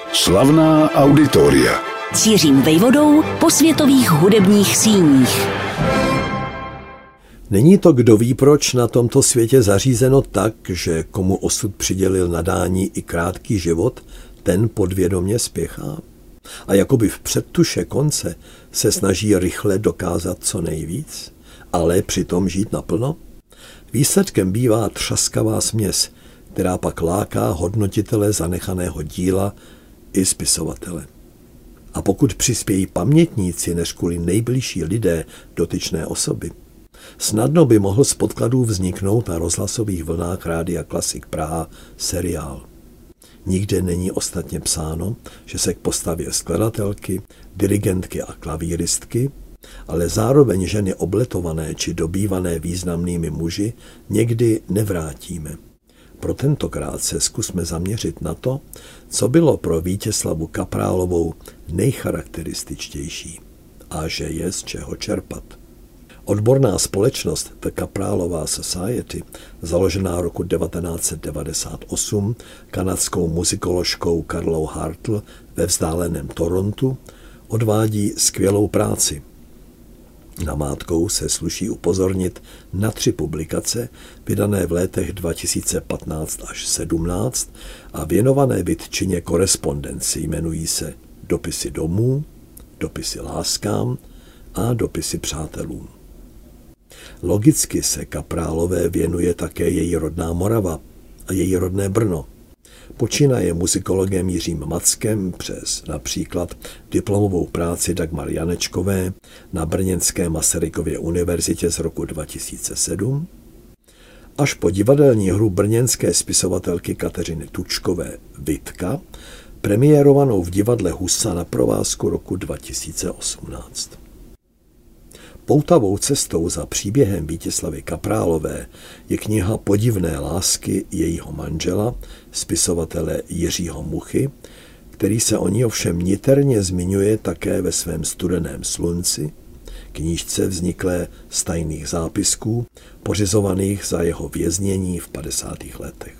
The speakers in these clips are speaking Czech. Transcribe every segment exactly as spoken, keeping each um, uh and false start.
Slavná auditoria. Cířím vejvodou po světových hudebních síních. Není to kdo ví proč na tomto světě zařízeno tak, že komu osud přidělil nadání i krátký život, ten podvědomě spěchá a jakoby v předtuše konce se snaží rychle dokázat co nejvíc, ale přitom žít naplno? Výsledkem bývá třaskavá směs, která pak láká hodnotitele zanechaného díla i spisovatele. A pokud přispějí pamětníci než kvůli nejbližší lidé dotyčné osoby, snadno by mohl z podkladů vzniknout na rozhlasových vlnách Rádia Klasik Praha seriál. Nikde není ostatně psáno, že se k postavě skladatelky, dirigentky a klavíristky, ale zároveň ženy obletované či dobývané významnými muži někdy nevrátíme. Pro tentokrát se zkusme zaměřit na to, co bylo pro Vítězslavu Kaprálovou nejcharakterističtější a že je z čeho čerpat. Odborná společnost The Kaprálová Society, založená roku devatenáct set devadesát osm kanadskou muzikoložkou Karlou Hartl ve vzdáleném Torontu, odvádí skvělou práci. Namátkou se sluší upozornit na tři publikace, vydané v letech dva tisíce patnáct až sedmnáct a věnované Vytčině korespondenci, jmenují se Dopisy domů, Dopisy láskám a Dopisy přátelům. Logicky se Kaprálové věnuje také její rodná Morava a její rodné Brno. Počínaje muzikologem Jiřím Mackem přes například diplomovou práci Dagmar Janečkové na brněnské Masarykově univerzitě z roku dva tisíce sedm, až po divadelní hru brněnské spisovatelky Kateřiny Tučkové Vitka, premiérovanou v divadle Husa na provázku roku dva tisíce osmnáct. Poutavou cestou za příběhem Vítězslavy Kaprálové je kniha Podivné lásky jejího manžela, spisovatele Jiřího Muchy, který se o ní ovšem niterně zmiňuje také ve svém Studeném slunci, knížce vzniklé z tajných zápisků, pořizovaných za jeho věznění v padesátých letech.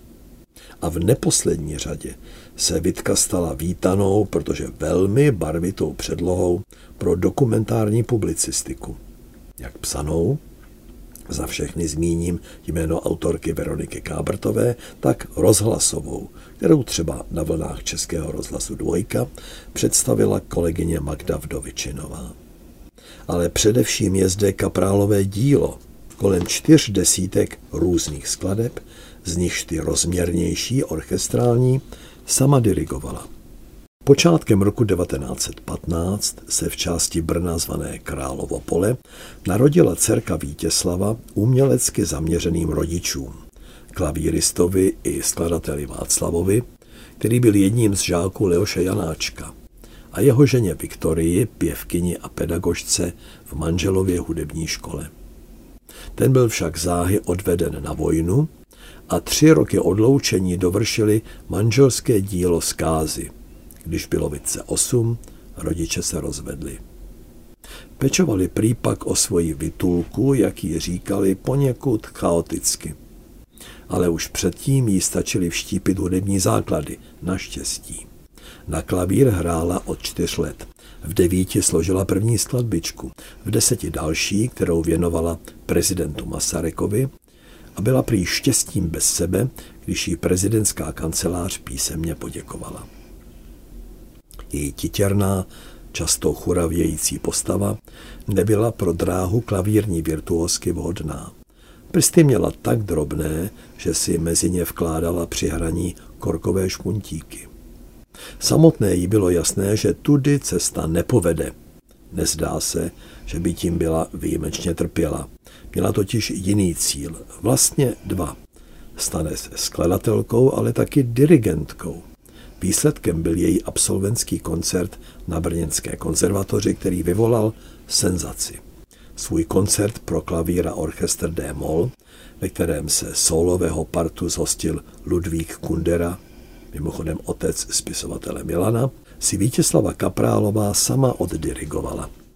A v neposlední řadě se Vitka stala vítanou, protože velmi barvitou předlohou pro dokumentární publicistiku. Jak psanou, za všechny zmíním jméno autorky Veroniky Kábrtové, tak rozhlasovou, kterou třeba na vlnách Českého rozhlasu Dvojka představila kolegyně Magda Vdovičinová. Ale především je zde Kaprálové dílo, kolem čtyř desítek různých skladeb, z nichž ty rozměrnější, orchestrální, sama dirigovala. Počátkem roku devatenáct set patnáct se v části Brna zvané Královo Pole narodila dcerka Vítězslava umělecky zaměřeným rodičům, klavíristovi i skladateli Václavovi, který byl jedním z žáků Leoše Janáčka, a jeho ženě Viktorii, pěvkyni a pedagožce v manželově hudební škole. Ten byl však záhy odveden na vojnu a tři roky odloučení dovršili manželské dílo Zkázy. Když bylo Vitce osm, rodiče se rozvedli. Pečovali prý pak o svoji Vitulku, jak jí říkali, poněkud chaoticky. Ale už předtím jí stačili vštípit hudební základy, naštěstí. Na klavír hrála od čtyř let. V devíti složila první skladbičku, v deseti další, kterou věnovala prezidentu Masarykovi, a byla prý štěstím bez sebe, když jí prezidentská kancelář písemně poděkovala. Její titěrná, často churavějící postava nebyla pro dráhu klavírní virtuózky vhodná. Prsty měla tak drobné, že si mezi ně vkládala při hraní korkové špuntíky. Samotné jí bylo jasné, že tudy cesta nepovede. Nezdá se, že by tím byla výjimečně trpěla. Měla totiž jiný cíl, vlastně dva. Stane se skladatelkou, ale taky dirigentkou. Výsledkem byl její absolventský koncert na brněnské konzervatoři, který vyvolal senzaci. Svůj koncert pro klavír a orchestr D-moll, ve kterém se sólového partu zhostil Ludvík Kundera, mimochodem otec spisovatele Milana, si Vítězslava Kaprálová sama oddirigovala.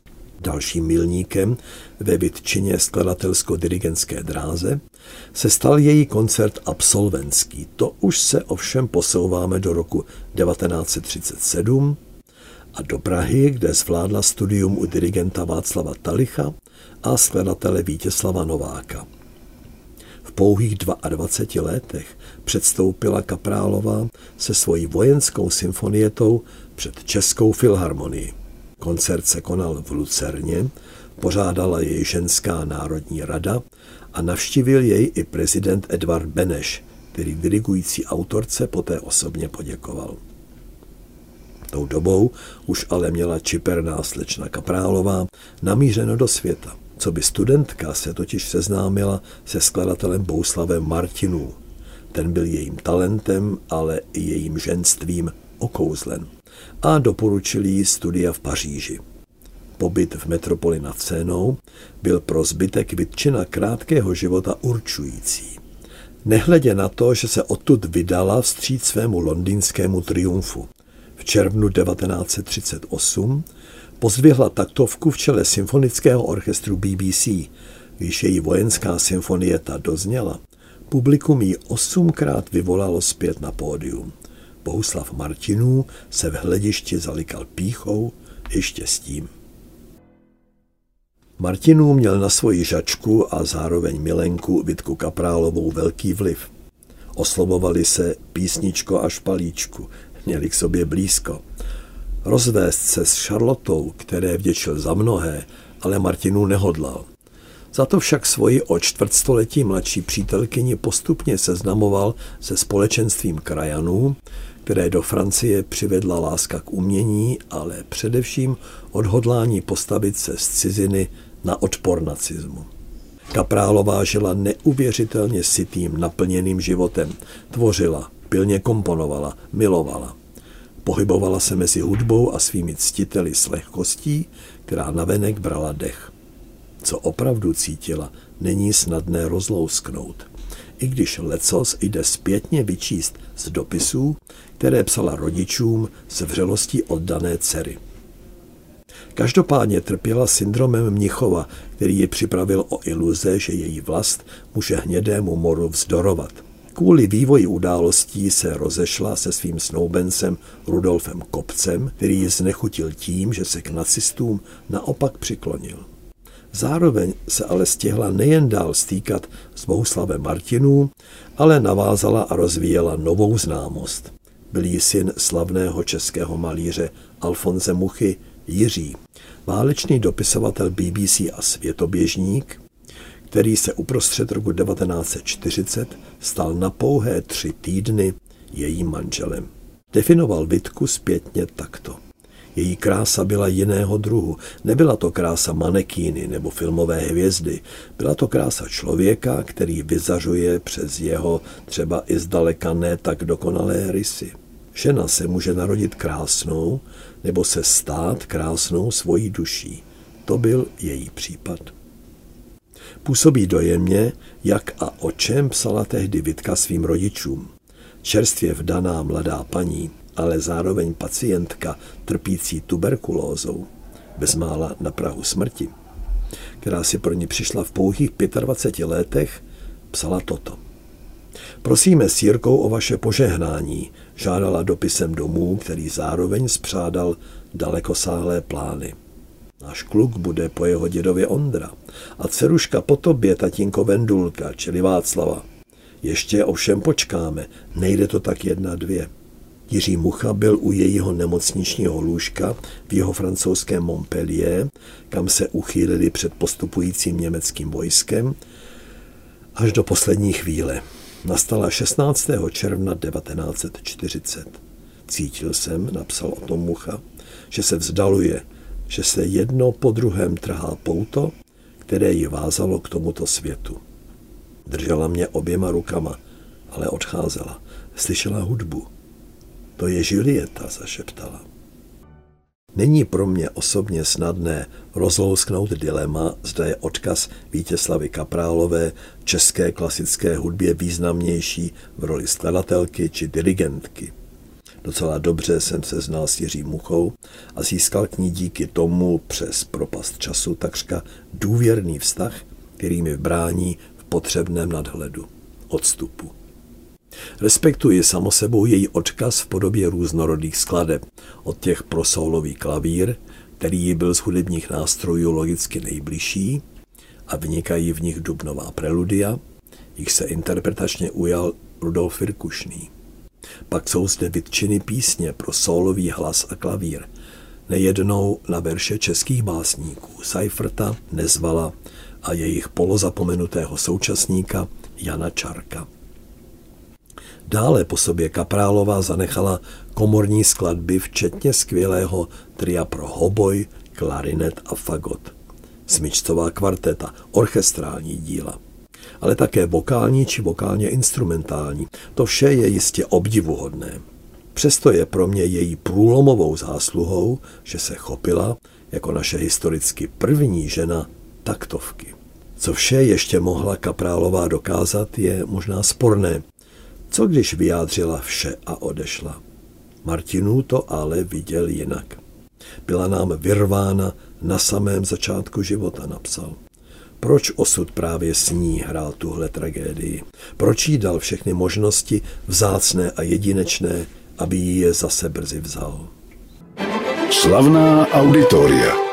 Dalším milníkem ve Vydčině skladatelsko-dirigentské dráze se stal její koncert absolventský. To už se ovšem posouváme do roku devatenáct set třicet sedm a do Prahy, kde zvládla studium u dirigenta Václava Talicha a skladatele Vítězslava Nováka. V pouhých dvaceti dvou letech předstoupila Kaprálová se svojí vojenskou symfonietou před Českou filharmonii. Koncert se konal v Lucerně, pořádala jej Ženská národní rada a navštívil jej i prezident Edvard Beneš, který dirigující autorce poté osobně poděkoval. Tou dobou už ale měla čiperná slečna Kaprálová namířeno do světa. Co by studentka se totiž seznámila se skladatelem Bohuslavem Martinů. Ten byl jejím talentem, ale i jejím ženstvím okouzlen a doporučil jí studia v Paříži. Pobyt v metropoli nad Senou byl pro zbytek Vydčina krátkého života určující. Nehledě na to, že se odtud vydala vstříc svému londýnskému triumfu. V červnu devatenáct set třicet osm pozdvihla taktovku v čele symfonického orchestru B B C. Když její vojenská symfonieta dozněla, publikum ji osmkrát vyvolalo zpět na pódium. Bohuslav Martinů se v hledišti zalikal pýchou i štěstím. Martinů měl na svoji žačku a zároveň milenku Vidku Kaprálovou velký vliv. Oslovovali se písničko a špalíčku, měli k sobě blízko. Rozvést se s Charlotou, které vděčil za mnohé, ale Martinů nehodlal. Za to však svoji o čtvrtstoletí mladší přítelkyni postupně seznamoval se společenstvím krajanů, které do Francie přivedla láska k umění, ale především odhodlání postavit se z ciziny na odpor nacismu. Kaprálová žila neuvěřitelně sytým, naplněným životem. Tvořila, pilně komponovala, milovala. Pohybovala se mezi hudbou a svými ctiteli s lehkostí, která navenek brala dech. Co opravdu cítila, není snadné rozlousknout. I když lecos jde zpětně vyčíst z dopisů, které psala rodičům s vřelostí oddané dcery. Každopádně trpěla syndromem Mnichova, který ji připravil o iluze, že její vlast může hnědému moru vzdorovat. Kvůli vývoji událostí se rozešla se svým snoubencem Rudolfem Kopcem, který ji znechutil tím, že se k nacistům naopak přiklonil. Zároveň se ale stihla nejen dál stýkat s Bohuslavem Martinů, ale navázala a rozvíjela novou známost. Byl jí syn slavného českého malíře Alfonse Muchy Jiří, válečný dopisovatel B B C a světoběžník, který se uprostřed roku devatenáct set čtyřicet stal na pouhé tři týdny jejím manželem. Definoval Vidku zpětně takto. Její krása byla jiného druhu. Nebyla to krása manekýny nebo filmové hvězdy. Byla to krása člověka, který vyzařuje přes jeho třeba i zdaleka ne tak dokonalé rysy. Žena se může narodit krásnou nebo se stát krásnou svojí duší. To byl její případ. Působí dojemně, jak a o čem psala tehdy Vidka svým rodičům. Čerstvě vdaná mladá paní, ale zároveň pacientka trpící tuberkulózou, bezmála na prahu smrti, která si pro ní přišla v pouhých dvaceti pěti letech, psala toto. Prosíme s Jirkou o vaše požehnání, žádala dopisem domů, který zároveň spřádal dalekosáhlé plány. Náš kluk bude po jeho dědově Ondra a dceruška po tobě, tatínko Vendulka, čili Václava. Ještě ovšem počkáme, nejde to tak jedna, dvě. Jiří Mucha byl u jejího nemocničního lůžka v jeho francouzském Montpellier, kam se uchýlili před postupujícím německým vojskem, až do poslední chvíle. Nastala šestnáctého června devatenáct set čtyřicet. Cítil jsem, napsal o tom Mucha, že se vzdaluje, že se jedno po druhém trhá pouto, které ji vázalo k tomuto světu. Držela mě oběma rukama, ale odcházela. Slyšela hudbu. To je Julieta, zašeptala. Není pro mě osobně snadné rozlousknout dilema, zda je odkaz Vítězslavy Kaprálové české klasické hudbě významnější v roli skladatelky či dirigentky. Docela dobře jsem se znal s Jiřím Muchou a získal k ní díky tomu přes propast času takřka důvěrný vztah, který mi brání v potřebném nadhledu, odstupu. Respektuji samo sebou její odkaz v podobě různorodých skladeb, od těch pro sólový klavír, který jí byl z hudebních nástrojů logicky nejbližší, a vynikají v nich dubnová preludia, jich se interpretačně ujal Rudolf Virkušný. Pak jsou zde vytčeny písně pro sólový hlas a klavír, nejednou na verše českých básníků Seiferta, Nezvala a jejich polozapomenutého současníka Jana Čarka. Dále po sobě Kaprálová zanechala komorní skladby včetně skvělého tria pro hoboj, klarinet a fagot, smyčcová kvarteta, orchestrální díla, ale také vokální či vokálně instrumentální. To vše je jistě obdivuhodné. Přesto je pro mě její průlomovou zásluhou, že se chopila, jako naše historicky první žena, taktovky. Co vše ještě mohla Kaprálová dokázat, je možná sporné. Co když vyjádřila vše a odešla? Martinů to ale viděl jinak. Byla nám vyrvána na samém začátku života, napsal. Proč osud právě s ní hrál tuhle tragédii? Proč jí dal všechny možnosti vzácné a jedinečné, aby ji je zase brzy vzal? Slavná auditoria.